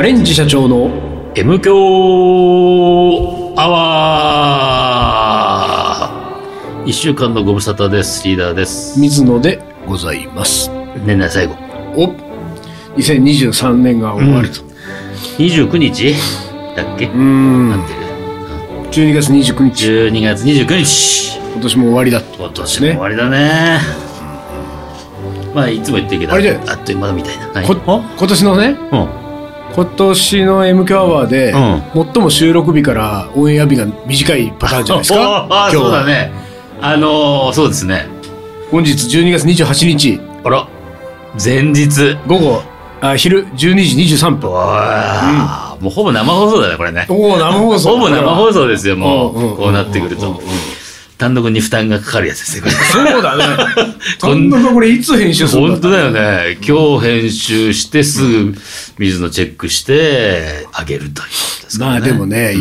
カレンジ社長の M 強アワー。1週間のご無沙汰です。リーダーです。 水野でございます。 年内最後。 お、2023年が終わると、 29日だっけ。なってる。 12月29日。 12月29日。 今年も終わりだと。 今年も終わりだね。まあいつも言ってるけど、 あれじゃあっという間だみたいな。はい、 今年のね、今年の M 強アワーで、最も収録日からオンエア日が短いパターンじゃないですか。 今日そうだね。そうですね。 本日12月28日。 あら、前日。 昼12時23分。 もうほぼ生放送だね、これね。 生放送。 ほぼ生放送ですよ、もう。こうなってくると。単独に負担がかかるやつですね、これ。 そうだね。単独これいつ編集するんだ。 本当だよね。今日編集してすぐ水野チェックしてあげるということですからね。 まあでもね、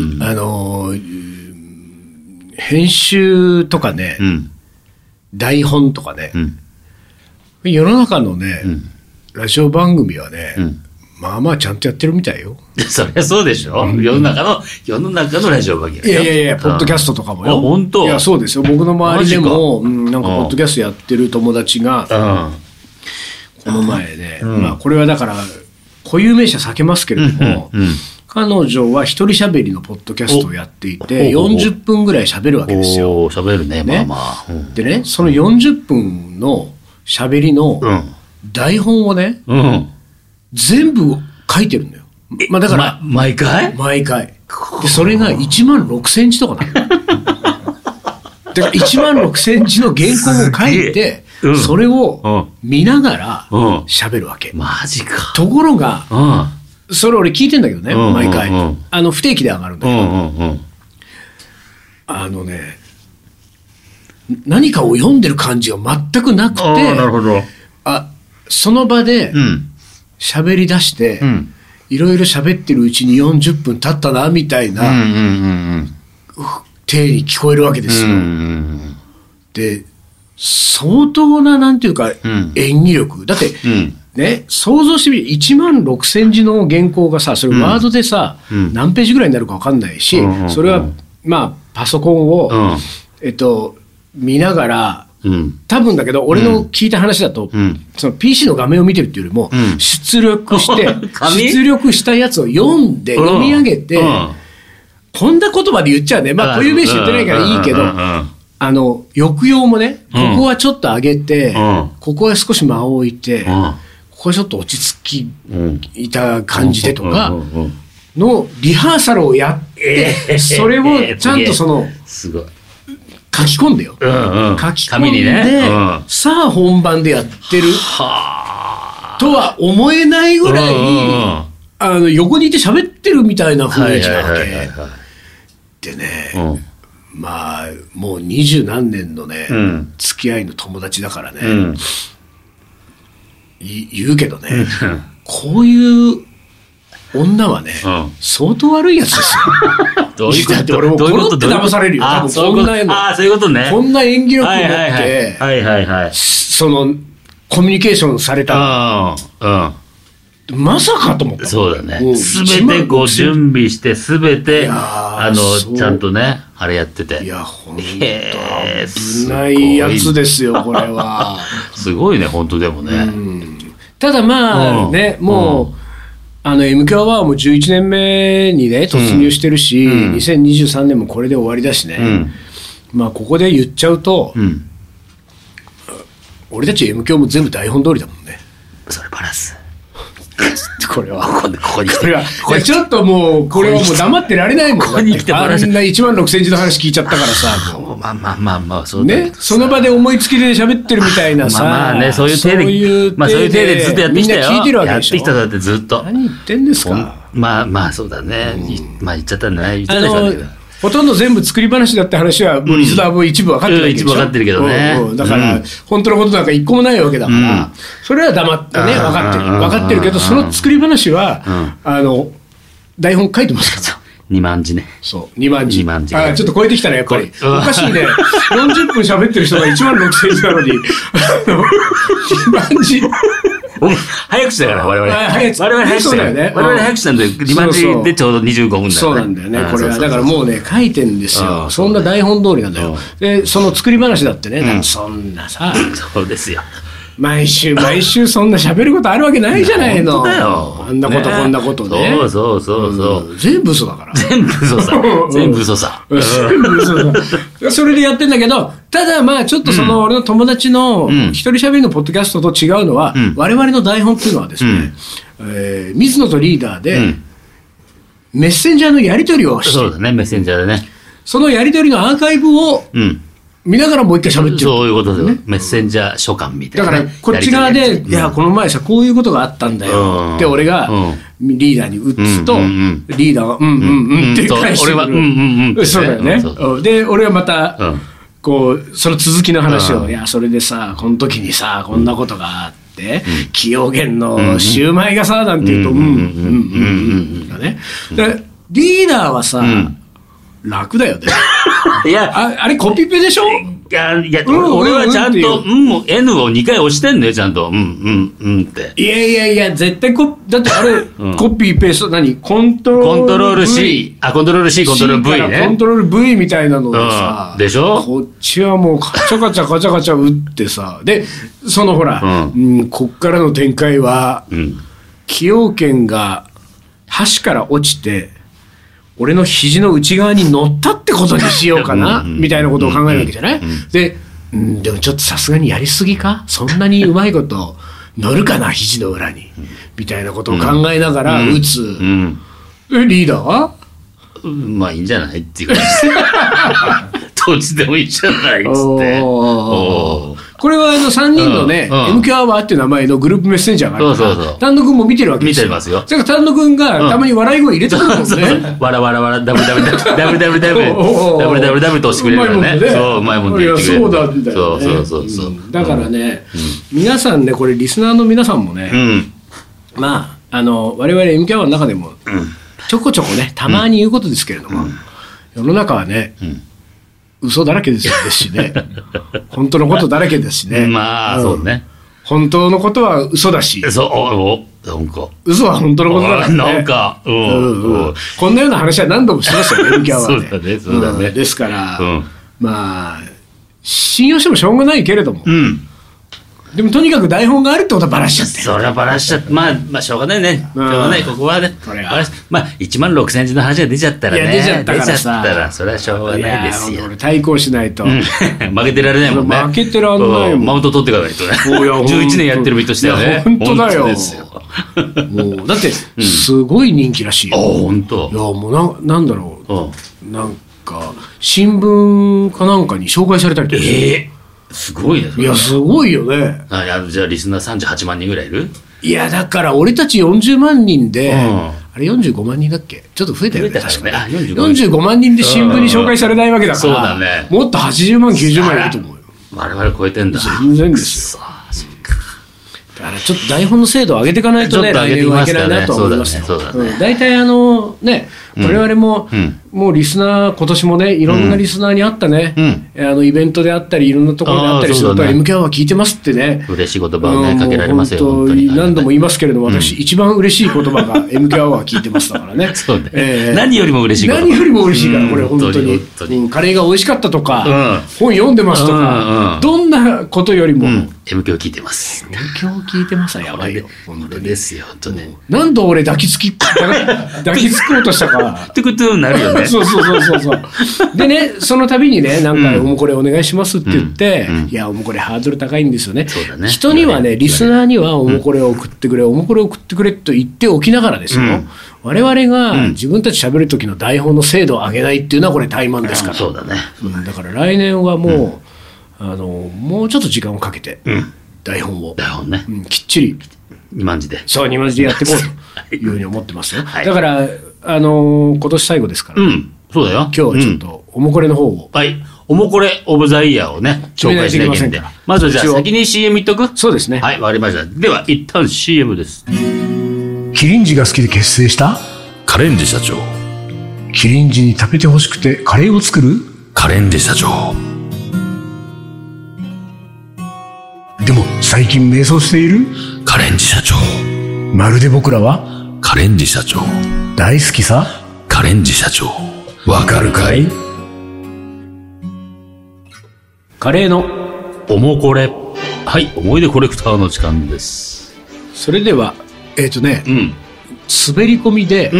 編集とかね、台本とかね、世の中のね、ラジオ番組はね、まあまあちゃんとやってるみたいよ。 そりゃそうでしょ、世の中のラジオ番組。 いや、ポッドキャストとかもよ。 本当？ いや、そうですよ。僕の周りでも、なんかポッドキャストやってる友達が、この前ね、まあこれはだから、固有名詞は避けますけれども、彼女は一人喋りのポッドキャストをやっていて、40分ぐらい喋るわけですよ。 喋るね、まあまあ。 でね、その40分の喋りの台本をね、全部書いてるんだよ。まあだから、 毎回で、それが1万6センチとかなの。だから1万6センチの原稿を書いて、それを見ながら喋るわけ。 マジか。 ところが、それ俺聞いてんだけどね、毎回。不定期で上がるんだけど。何かを読んでる感じが全くなくて、 なるほど。 その場で喋り出して、いろいろ喋ってるうちに40分経ったな、みたいな、体に聞こえるわけですよ。で、相当な、なんていうか、演技力。だって、ね、想像してみる。1万6センチの原稿がさ、それワードでさ、何ページぐらいになるか分かんないし、それは、まあ、パソコンを、見ながら、多分だけど、俺の聞いた話だと、その PC の画面を見てるっていうよりも、出力したやつを読み上げて、こんな言葉で言っちゃうね。まあ、固有名詞言ってないからいいけど、抑揚もね、ここはちょっと上げて、ここは少し間を置いて、ここはちょっと落ち着いた感じでとか、のリハーサルをやって、それをちゃんとすごい。 書き込んでよ。書き込んで、さあ本番でやってるとは思えないぐらい、横にいて喋ってるみたいな雰囲気なわけ。でね、まあ、もう20何年のね、付き合いの友達だからね、言うけどね、こういう女はね、相当悪いやつですよ。 どういうこと？ だって俺もコロって騙されるよ。多分そういうことね。 こんな演技力を持って、その、コミュニケーションされた。まさかと思った。 そうだね。すべてこう準備して、すべて、ちゃんとね、あれやってて。 いや、ほんと危ないやつですよ、これは。 すごいね、本当でもね。 ただまあね、もう、M 強アワーも11年目にね、突入してるし、2023年もこれで終わりだしね。まあ、ここで言っちゃうと、俺たち M 強も全部台本通りだもんね。 それバラす。 これは。 ここに来て。 ちょっともう、これはもう黙ってられないもん。 ここに来てバラす。 あんな1万6センチの話聞いちゃったからさ。 まあ、そうだね。その場で思いつきで喋ってるみたいなさ。 まあね、そういう手でずっとやってきたよ。 みんな聞いてるわけでしょ。 やってきただってずっと。 何言ってんですか。 まあ、そうだね。まあ、言っちゃったんだね。言っちゃったんだけど。 ほとんど全部作り話だって話は、もうリスナーも一部分かってるわけでしょ。 一部分かってるけどね。 だから、本当のことなんか一個もないわけだから、それは黙ってね、分かってるけど、その作り話は、台本書いてますから。 2万字ね。 そう、2万字。 2万字。 ちょっと超えてきたね、やっぱり。おかしいね。40分喋ってる人が1万6千字なのに、2万字。 早口だから、我々。我々早口だからね。我々早口なんで、リマンジでちょうど25分だよね。 そうなんだよね。これは。だからもうね、書いてんですよ。そんな台本通りなんだよ。で、その作り話だってね、そんなさ。 そうですよ。 毎週そんな喋ることあるわけないじゃないの。 本当だよ。 あんなことこんなことね。 そう。 全部嘘だから。 全部嘘さ。全部嘘さ。 全部嘘だ。それでやってんだけど、ただまあちょっとその俺の友達の一人喋りのポッドキャストと違うのは、我々の台本っていうのはですね、水野とリーダーでメッセンジャーのやり取りをして、 そうだね、メッセンジャーでね。 そのやり取りのアーカイブを見ながらもう一回喋ってる。 そういうことですよ。メッセンジャー書簡みたいな。 だから、こっち側で、いや、この前さ、こういうことがあったんだよって俺がリーダーに打つと、リーダーが、って返してくる。 俺は、 そうだよね。で、俺はまた、こう、その続きの話を、いや、それでさ、この時にさ、こんなことがあって、崎陽軒のシューマイがさ、なんて言うと、だね。リーダーはさ、楽だよね。いや、あれコピペでしょ？ いや、俺はちゃんと、N を2回押してんのよ、ちゃんと。って。 いや、絶対だってあれ、コピーペースト、コントロール C。コントロール C、コントロール V ね。 コントロール V みたいなのでさ。 でしょ？ こっちはもうカチャカチャ打ってさ。で、そのほら、こっからの展開は、崎陽軒が橋から落ちて、俺の肘の内側に乗ったってことにしようかなみたいなことを考えるわけじゃない？で、でもちょっとさすがにやりすぎか？そんなにうまいこと乗るかな肘の裏にみたいなことを考えながら打つ。リーダーは？ まあいいんじゃないっていう感じ。どっちでもいいじゃないっつって。 これは3人のね、MQ アワーっていう名前のグループメッセンジャーがあるから、丹野くんも見てるわけですよ。 見てますよ。 それから丹野くんがたまに笑い声入れてくるもんね。 わらわらわら、ダブと押してくれるからね。そう、うまいもんね。 そうだ、みたいなね。 そう。 だからね、皆さんね、これリスナーの皆さんもね、まあ、我々 MQ アワーの中でも、ちょこちょこね、たまに言うことですけれども、世の中はね、嘘だらけですしね。本当のことだらけですしね。 まあ、そうね。 本当のことは嘘だし。 そう、なんか。 嘘は本当のことだからね。 なんか、 こんなような話は何度もしましたよね、MQはね。 そうだね。 ですから、まあ、信用してもしょうがないけれども。でもとにかく台本があるってことはバラしちゃって。 それはバラしちゃって。まあ、しょうがないね。しょうがない、ここはね。まあ、1万6,000字の話が出ちゃったらね。 出ちゃったらそれはしょうがないですよ。 俺対抗しないと。負けてられないもんね。 負けてらんないもん。 マウント取っていかないとね。11年やってる身としてはね。 本当だよ。もう、だって、すごい人気らしいよ。 本当。 いや、もうなんだろう。なんか、新聞かなんかに紹介されたりとか。 すごいね。 いや、すごいよね。 じゃあリスナー38万人ぐらいいる？ いや、だから俺たち40万人で、あれ45万人だっけ？ちょっと増えたよね。確かに。45万人で新聞に紹介されないわけだから。 そうだね。 もっと80万、90万いると思うよ。 我々超えてんだ。 全然ですよ。だからちょっと台本の精度を上げていかないとね、来年はいけないなと思いますよ。大体ね、我々も、もうリスナー、今年もね、いろんなリスナーに会ったね、イベントであったり、いろんなところであったりすると、MQ は聞いてますってね。 嬉しい言葉をね、かけられますよ。 本当に何度も言いますけれども、私、一番嬉しい言葉が MQ は聞いてますだからね。 そうね。何よりも嬉しい。 何よりも嬉しいから、これ、本当に。カレーが美味しかったとか、本読んでますとか、どんなことよりも。 MQ 聞いてます。 MQ 聞いてますはやばいよ。 本当ですよ、本当ね。 何度俺抱きつこうとしたか。 トゥクトゥになるよね。 そう。でね、その度にね、なんか、おもこれお願いしますって言って、いや、おもこれハードル高いんですよね。人にはね、リスナーにはおもこれを送ってくれ、おもこれを送ってくれと言っておきながらですよ。我々が自分たち喋る時の台本の精度を上げないっていうのはこれ怠慢ですから。 そうだね。 だから来年はもう、もうちょっと時間をかけて、台本を。 ね。 きっちり。 2万字で。 そう、2万字でやっていこうというふうに思ってますよ。だから、今年最後ですから。 そうだよ。 今日はちょっと、おもこれの方を。 はい。おもこれオブザイヤーをね、紹介しなきゃいけないんで。まずじゃあ先に CM いっとく？ そうですね。 はい、わかりました。では、一旦 CM です。 キリンジが好きで結成したカレンジ社長。 キリンジに食べてほしくてカレーを作るカレンジ社長。 でも最最近迷走しているカレンジ社長。 まるで僕らはカレンジ社長。 大好きさ。 カレンジ社長。 わかるかい？カレーのおもこれ。はい、思い出コレクターの時間です。 それでは滑り込みで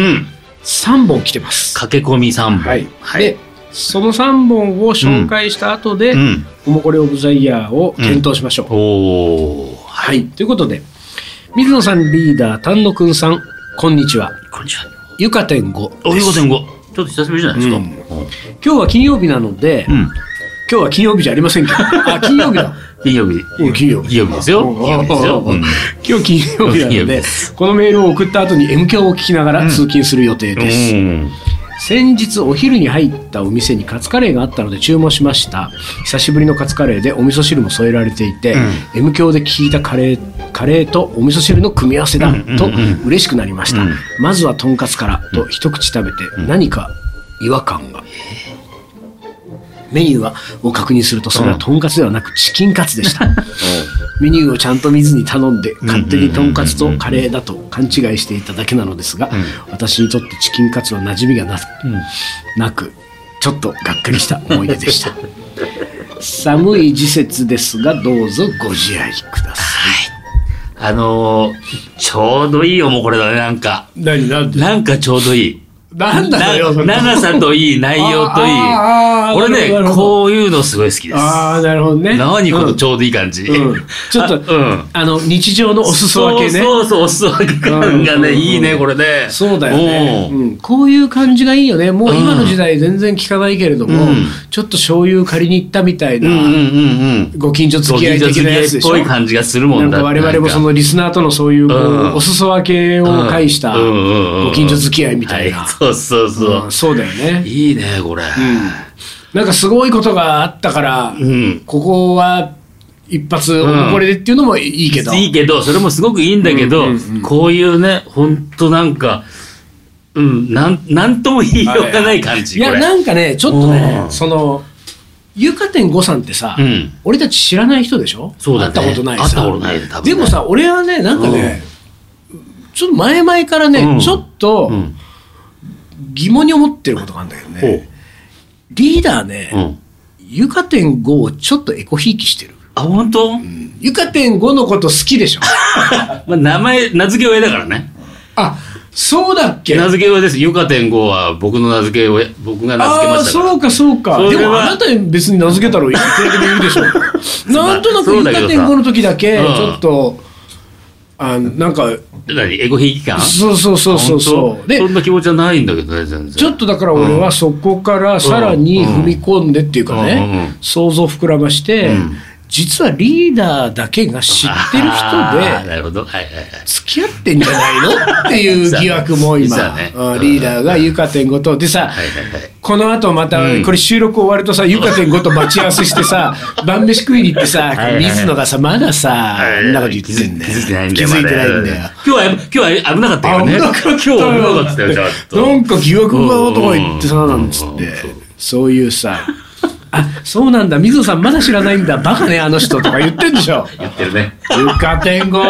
3本来てます。 駆け込み3本。 はい。でその3本を紹介した後で、おもこれオブザイヤーを検討しましょう。はい。ということで、水野さんリーダー、丹野くんさん、こんにちは。 こんにちは。 ゆか点5。 ゆか点5。ちょっと久しぶりじゃないですか。 今日は金曜日なので、今日は金曜日じゃありませんけど、金曜日だ。 金曜日。 金曜日ですよ。 今日金曜日なので、このメールを送った後に M 響を聞きながら通勤する予定です。先日お昼に入ったお店にカツカレーがあったので注文しました。久しぶりのカツカレーでお味噌汁も添えられていて、M 響で聞いたカレーとお味噌汁の組み合わせだと嬉しくなりました。まずはとんかつからと一口食べて何か違和感が。メニューを確認するとそれはとんかつではなくチキンカツでした。メニューをちゃんと見ずに頼んで勝手にとんかつとカレーだと勘違いしていただけなのですが、私にとってチキンカツは馴染みがなくちょっとがっかりした思い出でした。寒い時節ですがどうぞご自愛ください。 ちょうどいいよもうこれだね。なんかちょうどいい。 なんだよ、 長さといい、内容といい。俺ね、こういうのすごい好きです。 ああ、なるほどね。 何このちょうどいい感じ。ちょっと、日常のお裾分けね。 そう、お裾分け感がね、いいね、これね。 そうだよね。こういう感じがいいよね。もう今の時代全然聞かないけれども、ちょっと醤油借りに行ったみたいな、ご近所付き合い的なやつでしょ。 っぽい感じがするもんだ。 なんか我々もそのリスナーとのそういうお裾分けを介したご近所付き合いみたいな。そうだよね。 いいねこれ。 なんかすごいことがあったから、ここは一発おもこれでっていうのもいいけど、 それもすごくいいんだけど、こういうね本当なんかなんとも言いようがない感じ。 いやなんかねちょっとねそのゆか点5さんってさ、俺たち知らない人でしょ。 そうだね。 会ったことないさ。 会ったことないで多分。 でもさ俺はねなんかねちょっと前々からねちょっと疑問に思ってることがあるんだけどね、リーダーね、ゆか点5をちょっとエコひいきしてる。 あ、本当？ ゆか点5のこと好きでしょ。 まあ名付け親だからね。 あ、そうだっけ。 名付け親です。ゆか点5は僕が名付けましたから。 あ、そうか。でもあなた別に名付けたらいくらでもいいでしょ。なんとなくゆか点5の時だけちょっとなんかエゴひいき感。 そうでそんな気持ちはないんだけどね全然。 ちょっとだから俺はそこからさらに踏み込んでっていうかね、想像膨らまして、実はリーダーだけが知ってる人でなるほど、 付き合ってんじゃないのっていう疑惑も今、リーダーがゆか点5とでさ、この後またこれ収録終わるとさ、ゆか点5と待ち合わせしてさ晩飯食いに行ってさ、水野がさまださあんなこと言ってんだよ。気づいてないんだよ。 今日は危なかったよね。今日は危なかったよ。ちょっとなんか疑惑がとか言ってさなんつって、そういうさあ、そうなんだ、水野さんまだ知らないんだ、バカねあの人とか言ってんでしょ。 言ってるね。 ゆか点5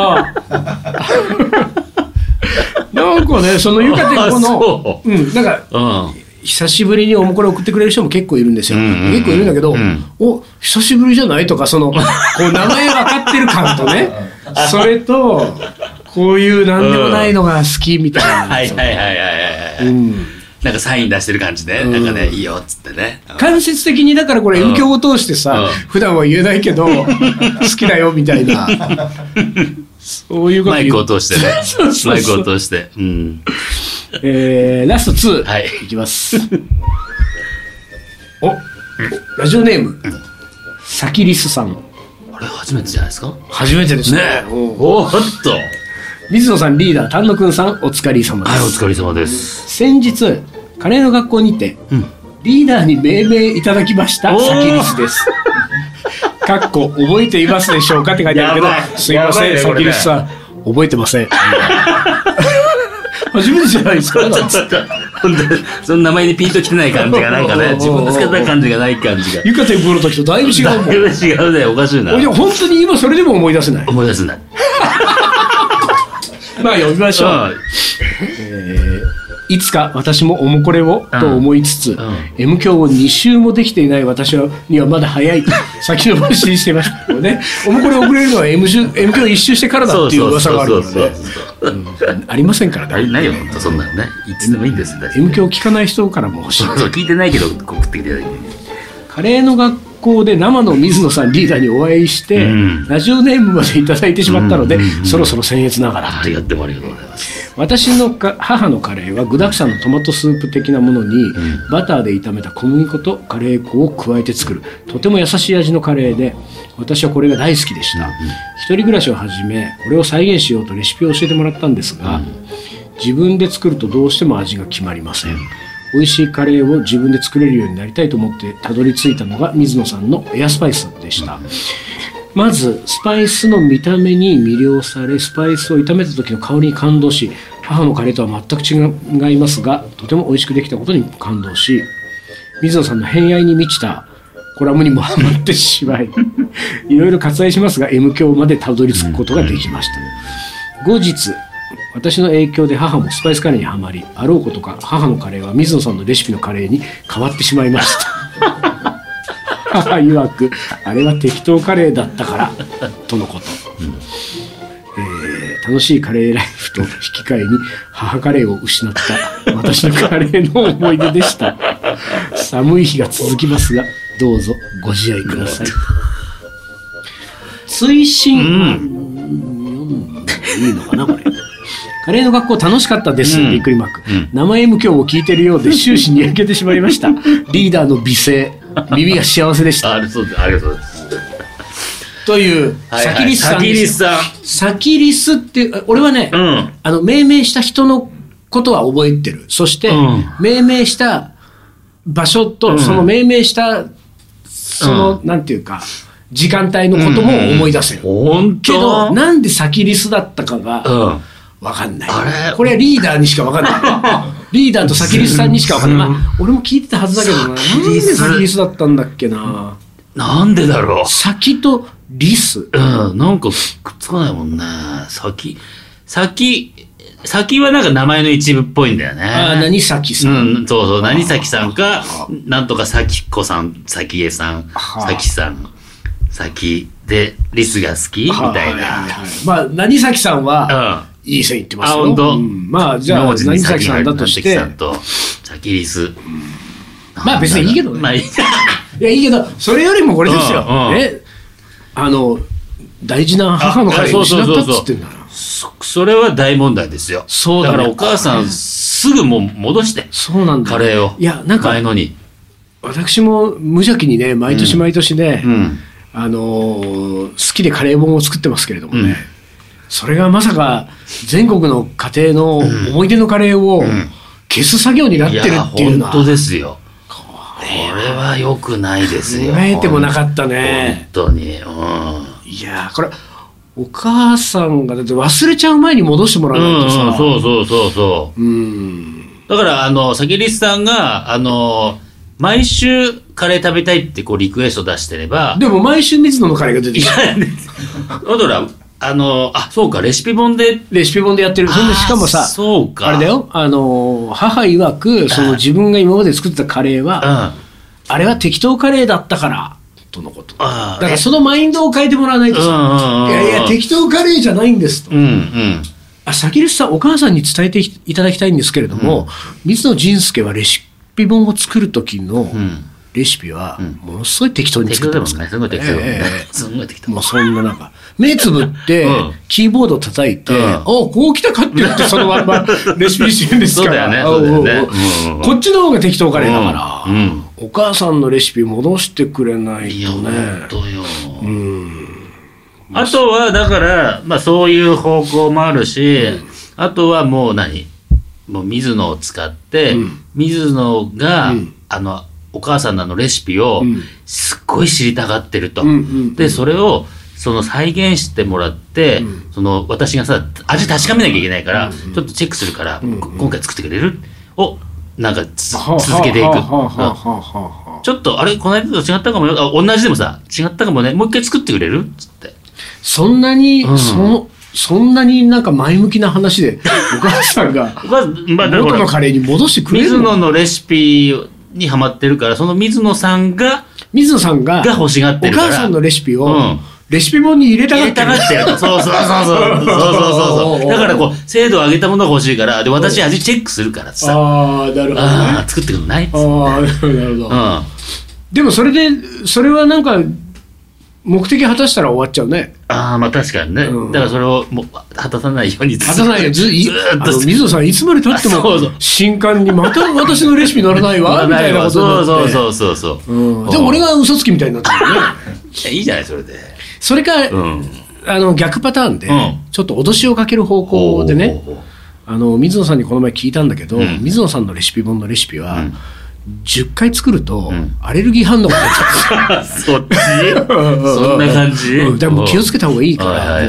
なんかね、そのゆか点5のなんか、久しぶりにおもこれ送ってくれる人も結構いるんですよ。結構いるんだけど、お、久しぶりじゃないとか、そのこう名前分かってる感とねそれとこういうなんでもないのが好きみたいな。 なんかサイン出してる感じで、なんかね、いいよっつってね。 間接的にだからこれ M 響を通してさ、普段は言えないけど好きだよみたいな、そういうこと。 マイクを通してね。マイクを通して。 ラスト2いきます。お、ラジオネームサキリスさん。 あれ初めてじゃないですか。 初めてですね。 おっと。 水野さんリーダー丹野くんさんお疲れ様です。 はい、お疲れ様です。 先日カレーの学校にて、リーダーに命名いただきましたサキリスです。かっこ覚えていますでしょうかって書いてあるけど、すいませんサキリスさん覚えてません。初めてじゃないですか。 本当にその名前にピンときてない感じがなんかね、自分でつけた感じがない感じが。 ゆか天狗の時とだいぶ違うもん。 だいぶ違うね、おかしいな。 いや本当に今それでも思い出せない。 思い出せない。 まあ読みましょう。いつか私もおもこれをと思いつつ、M 響を2周もできていない私にはまだ早いと先延ばしにしてましたけどね。おもこれ遅れるのは M 響1周してからだっていう噂があるからね。ありませんからね。 ないよ、本当そんなのね。いつでもいいんですよ。 M 響聞かない人からも欲しい。 そう聞いてないけど送ってきてない。 カレーの学校で生の水野さんリーダーにお会いして、ラジオネームまでいただいてしまったので、そろそろ僭越ながら。 ありがとうございます。 私の母のカレーは具沢山のトマトスープ的なものに、バターで炒めた小麦粉とカレー粉を加えて作るとても優しい味のカレーで、私はこれが大好きでした。一人暮らしを始めこれを再現しようとレシピを教えてもらったんですが、自分で作るとどうしても味が決まりません。美味しいカレーを自分で作れるようになりたいと思ってたどり着いたのが水野さんのエアスパイスでした。まずスパイスの見た目に魅了され、スパイスを炒めた時の香りに感動し、母のカレーとは全く違いますがとても美味しくできたことに感動し、水野さんの偏愛に満ちたコラムにもハマってしまいいろいろ割愛しますが M 響までたどり着くことができました。後日私の影響で母もスパイスカレーにはまり、あろうことか母のカレーは水野さんのレシピのカレーに変わってしまいました母曰くあれは適当カレーだったからとのこと、楽しいカレーライフと引き換えに母カレーを失った私のカレーの思い出でした。寒い日が続きますがどうぞご自愛ください。追伸、いいのかなこれ。カレーの学校楽しかったです、びっくりマーク。生 M 響を聞いてるようで終始にやけてしまいました。リーダーの美声、耳が幸せでした。 ありがとうございます。 というサキリスさんです。サキリスって俺はね、命名した人のことは覚えてる。そして、命名した場所と、その命名したその、なんていうか時間帯のことも思い出せる。けどなんでサキリスだったかがわかんない。これはリーダーにしかわかんない。リーダーとサキリスさんにしかわかんない。俺も聞いてたはずだけどな。なんでサキリスだったんだっけな。 なんでだろう。 先とリス。 なんかくっつかないもんね。先はなんか名前の一部っぽいんだよね。 何咲さん。 そうそう、何咲さんか、なんとか咲子さん、咲江さん、咲さん、咲で、リスが好きみたいな。 まあ、何咲さんは、いい線いってますよ。 本当。 まあ、じゃあ、何咲さんだとして。 何咲さんと、咲リス。 まあ、別にいいけどね。まあ、いや、いいけど、それよりもこれですよ。大事な母のカレーを失ったっつってんだな。 それは大問題ですよ。そうだからお母さんすぐもう戻して。そうなんだ。カレーを。いや、なんか、前のに。私も無邪気にね、毎年毎年ね、好きでカレー本を作ってますけれどもね、それがまさか全国の家庭の思い出のカレーを消す作業になってるっていうのは。本当ですよ。これは良くないですよ。考えてもなかったね。本当に。いやこれお母さんがだって忘れちゃう前に戻してもらわないとさ。そう。だからサキリスさんが毎週カレー食べたいってこうリクエスト出してれば。でも毎週水野のカレーが出てきた。だからそうかレシピ本でやってる。そんでしかもさ、そうかあれだよ母曰くその自分が今まで作ってたカレーはあれは適当カレーだったから。とのこと。だからそのマインドを変えてもらわないとさ、いや適当カレーじゃないんですと。サキリスさんお母さんに伝えていただきたいんですけれども、水野仁介はレシピ本を作る時のレシピはものすごい適当に作ってますから。すごい適当。もうそんななんか目つぶってキーボード叩いて、こう来たかって言ってそのまんまレシピにしてるんですから。こっちの方が適当カレーだから。お母さんのレシピ戻してくれないとね。いや本当よ。あとはだからそういう方向もあるし、あとはもうもう水野を使って、水野がお母さんのレシピをすっごい知りたがってると。でそれを再現してもらって、私がさ味確かめなきゃいけないから、ちょっとチェックするから、今回作ってくれる？おなんか続けていく。ちょっとあれこの間と違ったかもよ、同じでもさ違ったかもね、もう一回作ってくれるっつって。 そんなに、そんなになんか前向きな話でお母さんが元のカレーに戻してくれるの？ 水野のレシピにハマってるから、その水野さんが欲しがってるから、 お母さんのレシピを、レシピ本に入れたがってる。 そう。だからこう精度を上げたものが欲しいから、で私味チェックするからさ。 ああ、なるほど、ね。 作ってくんないっつって。 ああ、なるほど。でもそれはなんか目的果たしたら終わっちゃうね。 ああ、まあ確かにね。だからそれをもう果たさないようにずっと水野さんいつまで経っても新刊にまた私のレシピ乗らないわみたいなことになって。 そう。 でも俺が嘘つきみたいになってるよね。 いいじゃないそれで。 それか逆パターンでちょっと脅しをかける方向でね、水野さんにこの前聞いたんだけど、水野さんのレシピ本のレシピは10回作るとアレルギー反応が出ちゃう。 そっちそんな感じ。 でも気をつけた方がいいから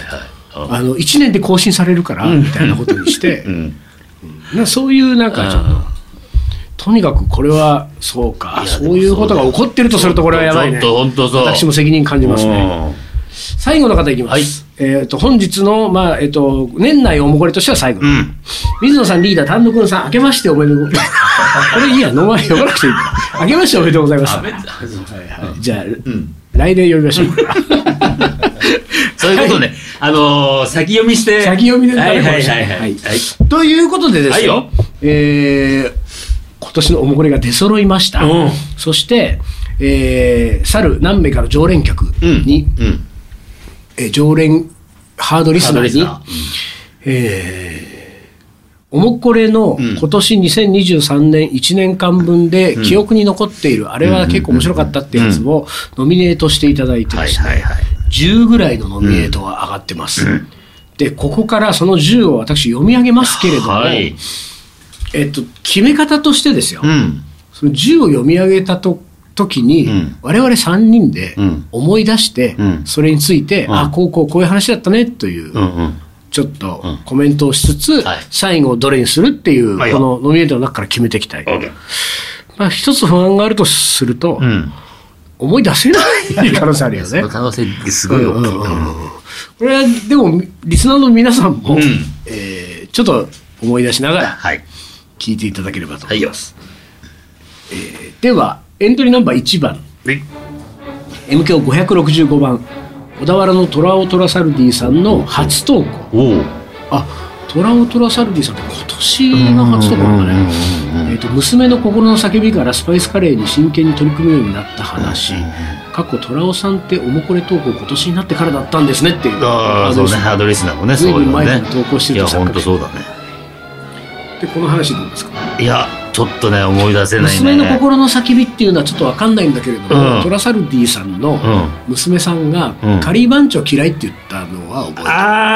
1年で更新されるからみたいなことにしてそういうなんかちょっとにかくこれはそうか、そういうことが起こってるとするとこれはやばいね。私も責任感じますね。最後の方いきます。本日の年内おもこれとしては最後。水野さんリーダー丹野くんさん、明けましておめでとう。これいいや、名前呼ばなくていい。明けましておめでとうございます。じゃあ来年呼びましょう。 そういうことね。先読みして。 先読みで。ということでですよ。今年のおもこれが出揃いました。そして、去る何名かの常連客に、常連ハードリスナーに、おもこれの今年2023年1年間分で記憶に残っている、あれは結構面白かったってやつをノミネートしていただいてですね、10ぐらいのノミネートが上がってます。で、ここからその10を私読み上げますけれども、決め方としてですよ、その10を読み上げた時に、我々3人で思い出して、それについて、こういう話だったねという、ちょっとコメントをしつつ、最後どれにするっていう、このノミネートの中から決めていきたい。一つ不安があるとすると、思い出せない可能性あるよね。 その可能性すごい大きい。 これはでもリスナーの皆さんも、ちょっと思い出しながら聞いていただければと思います。ではエントリーナンバー1番、M 響565番小田原のトラオトラサルディさんの初投稿。トラオトラサルディさんって今年の初投稿なんだね。娘の心の叫びからスパイスカレーに真剣に取り組むようになった話。過去トラオさんっておもこれ投稿今年になってからだったんですねっていう。 そうね、ハードリスナーもね、そういうのね。 前に投稿してると。 いや本当そうだね。 でこの話どうですか？ いやちょっとね思い出せないね。 娘の心の叫びっていうのはちょっと分かんないんだけれども、トラサルディさんの娘さんがカリー番長嫌いって言ったのは覚えてる。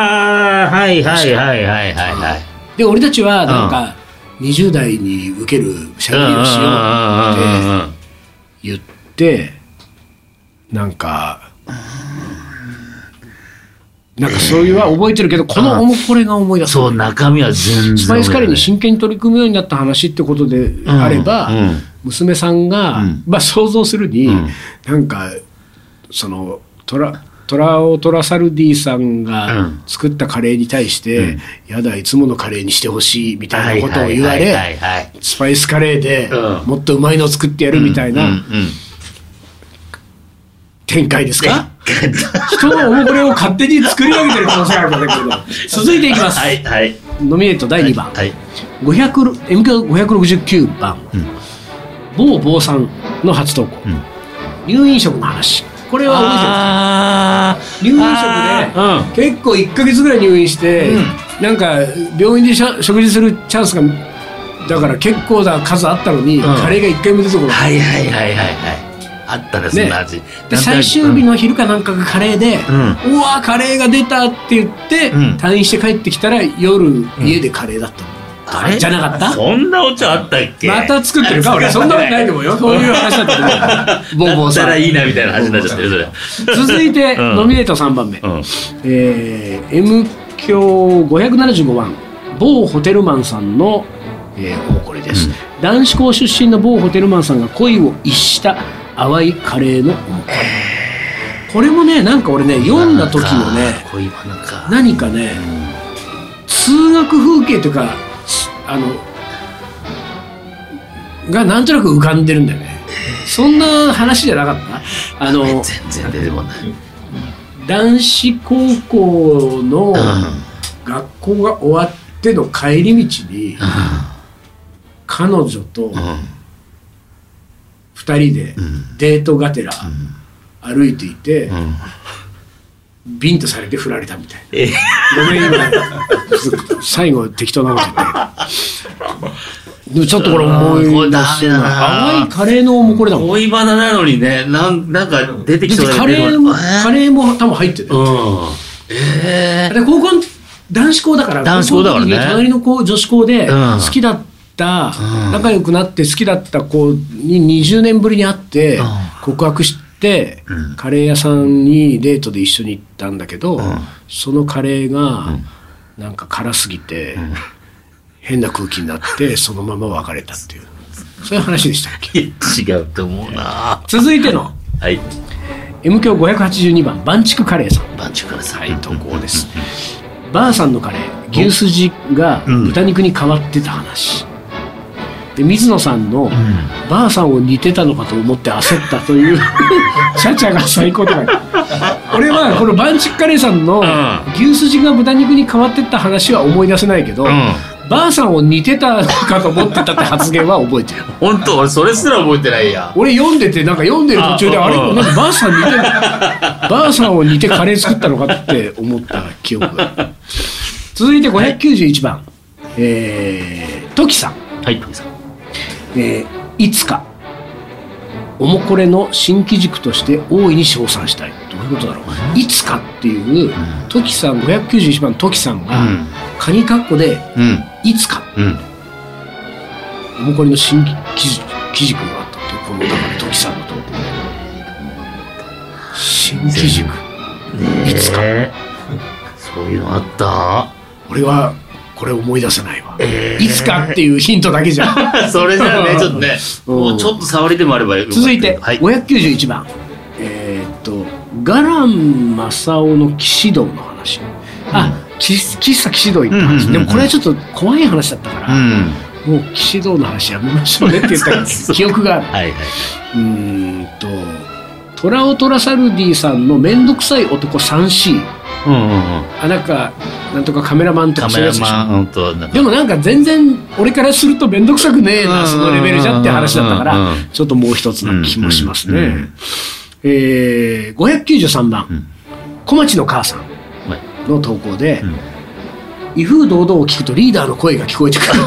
はい。 で俺たちはなんか20代に受けるしゃべりをしようって言ってなんかそういうは覚えてるけど、このおもこれが思い出す。 そう、中身は全然。 スパイスカレーに真剣に取り組むようになった話ってことであれば、娘さんが、想像するに、なんか、その、トラサルディさんが作ったカレーに対して、やだ、いつものカレーにしてほしいみたいなことを言われ、スパイスカレーでもっとうまいのを作ってやるみたいな展開ですか？人のおもこれを勝手に作り上げてる可能性あるんだけど、続いていきます。ノミネート第2番、M569 番、某さんの初投稿、入院食の話。これは覚えてるんですか？入院食で結構1ヶ月ぐらい入院して、なんか病院で食事するチャンスがだから結構な数あったのに、カレーが1回も出てこない。 あったね、そんな味。 で最終日の昼かなんかがカレーで、うわカレーが出たって言って、退院して帰ってきたら夜家でカレーだったの。あれじゃなかった？ そんなお茶あったっけ？ また作ってるか俺。そんなことないと思うよ。そういう話だったね。ボーボーさん。だったらいいなみたいな話になっちゃってるそれ。続いてノミネート3番目、M 響575番某ホテルマンさんのおもこれです。 男子校出身の某ホテルマンさんが恋を逸した淡いカレーの面影。これもね、なんか俺ね、読んだ時のね、何かね、通学風景というかがなんとなく浮かんでるんだよね。そんな話じゃなかった？ 全然出てこない。 男子高校の学校が終わっての帰り道に、彼女と2人でデートがてら歩いていて、ビンタされて振られたみたいな。ごめん、今最後適当なこと言ってちょっとこれ思い出すな。淡いカレーのもこれだもん。 恋バナなのにね、なんか出てきそうだけど、 カレーも多分入ってる。で高校男子校だから、 男子校だからね、 隣の子女子校で好きだった、仲良くなって好きだった子に20年ぶりに会って告白して、カレー屋さんにデートで一緒に行ったんだけど、そのカレーがなんか辛すぎて、変な空気になってそのまま別れたっていう、そういう話でしたっけ？ 違うと思うな。 続いての、 はい、 M 響582番バンチクカレーさん。 バンチクカレーさん、 はい、投稿です。ばあさんのカレー、牛すじが豚肉に変わってた話、で水野さんの、ばあさんを似てたのかと思って焦ったというチャチャが最高とか俺はこのバンチクカレーさんの牛すじが豚肉に変わってった話は思い出せないけど、ばあさんを似てたかと思ってたって発言は覚えてる。 本当？俺それすら覚えてないや。 俺読んでて、なんか読んでる途中であれなんかばあさん似てるばあさんを似てカレー作ったのかって思った記憶が。続いて591番、トキさん。 はい、トキさん。 いつかおもこれの新機軸として大いに称賛したい。どういうことだろう。いつかっていう、トキさん、591番トキさんが、カニカッコで、いつか、おもこれの新機軸があったっていう、このだからトキさんの投稿。新機軸、いつか。 そういうのあった？ 俺はこれ思い出せないわ。いつかっていうヒントだけじゃそれじゃね、ちょっとね、もうちょっと触りでもあればよかった。 続いて、591番、ガラン正雄の騎士道の話。喫茶騎士道行った話。でもこれはちょっと怖い話だったから、もう騎士道の話やめましょうねって言った記憶がある。トラオトラサルディさんのめんどくさい男 3C。なんとかカメラマンとかそういうやつでしょ。でもなんか全然俺からするとめんどくさくねえな、そのレベルじゃって話だったから、ちょっともう一つな気もしますね。593番、小町の母さんの投稿で、威風堂々を聞くとリーダーの声が聞こえてくるって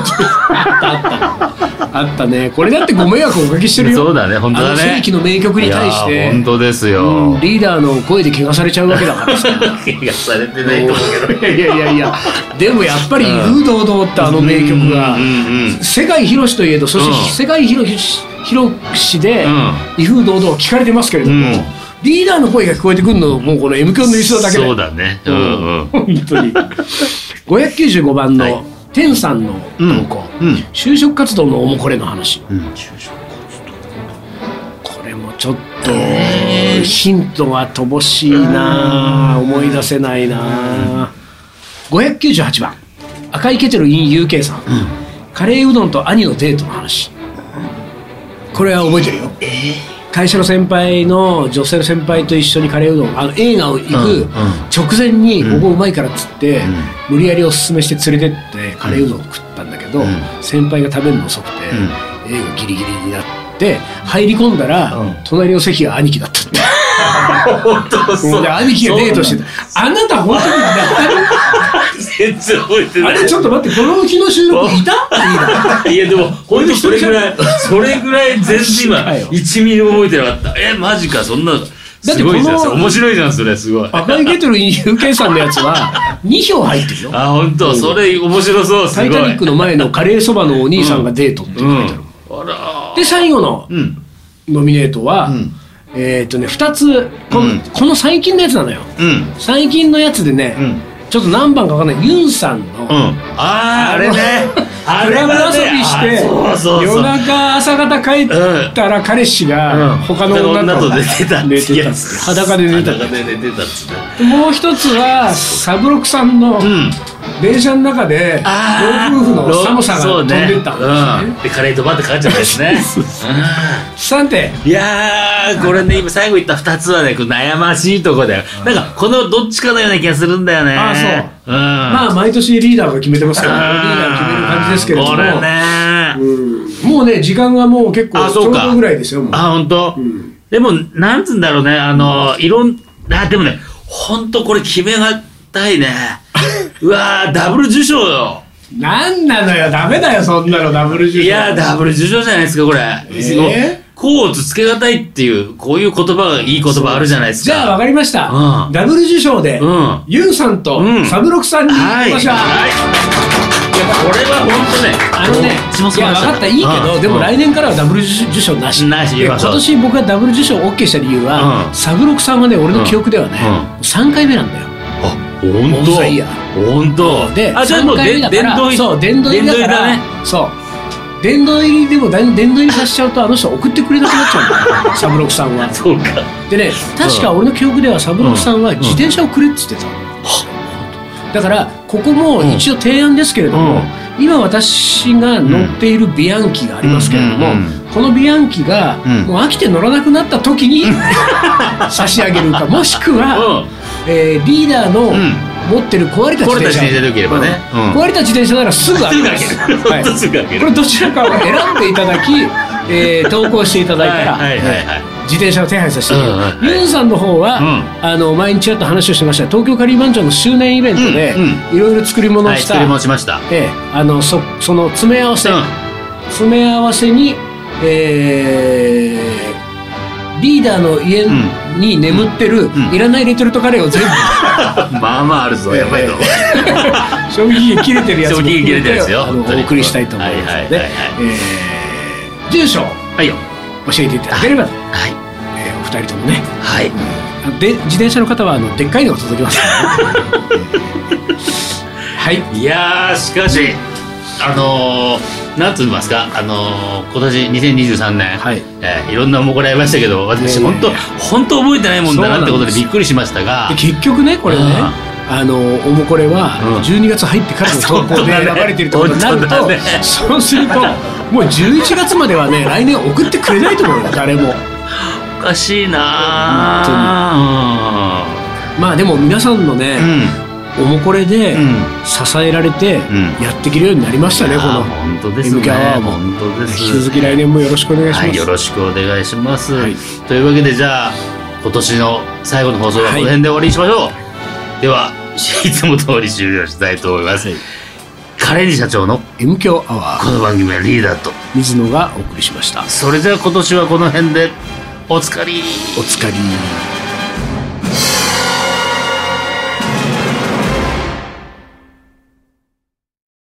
あったね。これだってご迷惑をおかけしてるよ。 そうだね、本当だね。 世紀の名曲に対して本当ですよ、 リーダーの声で怪我されちゃうわけだからさ怪我されてないと思うけどいやでもやっぱり威風堂々って名曲が世界広しといえど、そして世界広しで威風堂々聞かれてますけれども、リーダーの声が聞こえてくるのもうこの M 響のリスナーだけで。 そうだね、 本当に595番の天さんの投稿、就職活動のおもこれの話、これもちょっとヒントが乏しいな、思い出せないな。598番赤いケテル in UK さん、カレーうどんと兄のデートの話。これは覚えてるよ。会社の先輩の女性の先輩と一緒にカレーうどん、映画を行く直前にここうまいからっつって、無理やりおすすめして連れてってカレーうどん食ったんだけど、先輩が食べるの遅くて、映画ギリギリになって入り込んだら、隣の席が兄貴だったって本当そうで、兄貴がデートしてた。あなた本当に全然覚えてない。 あれちょっと待って、この日の収録いたいやでも本当それぐらい全然今1ミリも覚えてなかった。マジか、そんな。だってこの面白いじゃん、それすごい。 赤いケトル in UK さんのやつは2票入ってるよ。 本当、それ面白そう。 タイタニックの前のカレーそばのお兄さんがデートって書いてある。で最後のノミネートは2つ、この最近のやつなのよ。最近のやつでね、 ちょっと何番か分かんないユンさんの、 あれねクラブ遊びして夜中朝方帰ったら彼氏が他の女と寝てた裸で寝てたっつって、もう一つはサブロクさんの電車の中で老夫婦の寒さが飛んでったんですね。 でカレーとバッてかかっちゃったですね。 3点。 いやーこれね今最後言った2つはね悩ましいとこだよ。なんかこのどっちかのような気がするんだよね。 ああそう。まあ毎年リーダーが決めてますから、リーダーが決める感じですけれども。 これね。 もうね時間がもう結構ちょうどぐらいですよ。 あ本当。でもなんつうんだろうねでもね本当これ決めがたいね。うわーダブル受賞よ。 なんなのよダメだよそんなのダブル受賞。 いやダブル受賞じゃないですかこれ。こうつけがたいっていうこういう言葉がいい言葉あるじゃないですか。 じゃあ分かりました、ダブル受賞で、ユンさんとサブロクさんに行きましょう。 これは本当ねいや分かったいいけど、でも来年からはダブル受賞なし。今年僕がダブル受賞 OK した理由は、サブロクさんはね俺の記憶ではね、3回目なんだよ。 本当で 3回目だから殿堂入りだからね。そう殿堂入りでも殿堂入りさせちゃうとあの人送ってくれなくなっちゃうんだよサブロクさんは。 そうか。 でね確か俺の記憶ではサブロクさんは自転車をくれって言ってた。だからここも一応提案ですけれども、今私が乗っているビアンキがありますけれども、このビアンキがもう飽きて乗らなくなった時に差し上げるか、もしくはリーダーの持ってる壊れた自転車できればね、 壊れた自転車ならすぐあげます。これどちらかを選んでいただき投稿していただいたら自転車を手配させていただく。ユンさんの方は前にちらっと話をしてました東京カリー番長の周年イベントでいろいろ作り物をしたその詰め合わせにリーダーの家に眠ってるいらないレトルトカレーを全部まあまああるぞやばいぞ賞味期限切れてるやつも含めてお送りしたいと思いますので、住所を教えていただければと、お二人ともね、で自転車の方はでっかいのが届きますはい。 いやしかしなんついますか今年2023年、いろんなおもこれありましたけど、私本当覚えてないもんだなってことでびっくりしましたが、 結局ねこれねおもこれは12月入ってからの投稿で選ばれているということになると、そうするともう11月まではね来年送ってくれないと思うよ誰も。 おかしいなまあでも皆さんのねおもこれで支えられてやっていけるようになりましたね、この MK アワーも。引き続き来年もよろしくお願いします。 よろしくお願いします。というわけでじゃあ今年の最後の放送はこの辺で終わりにしましょう。ではいつも通り終了したいと思います。カレンジ社長の MK アワー、 この番組はリーダーと水野がお送りしました。 それじゃあ今年はこの辺でおつかり。 おつかり。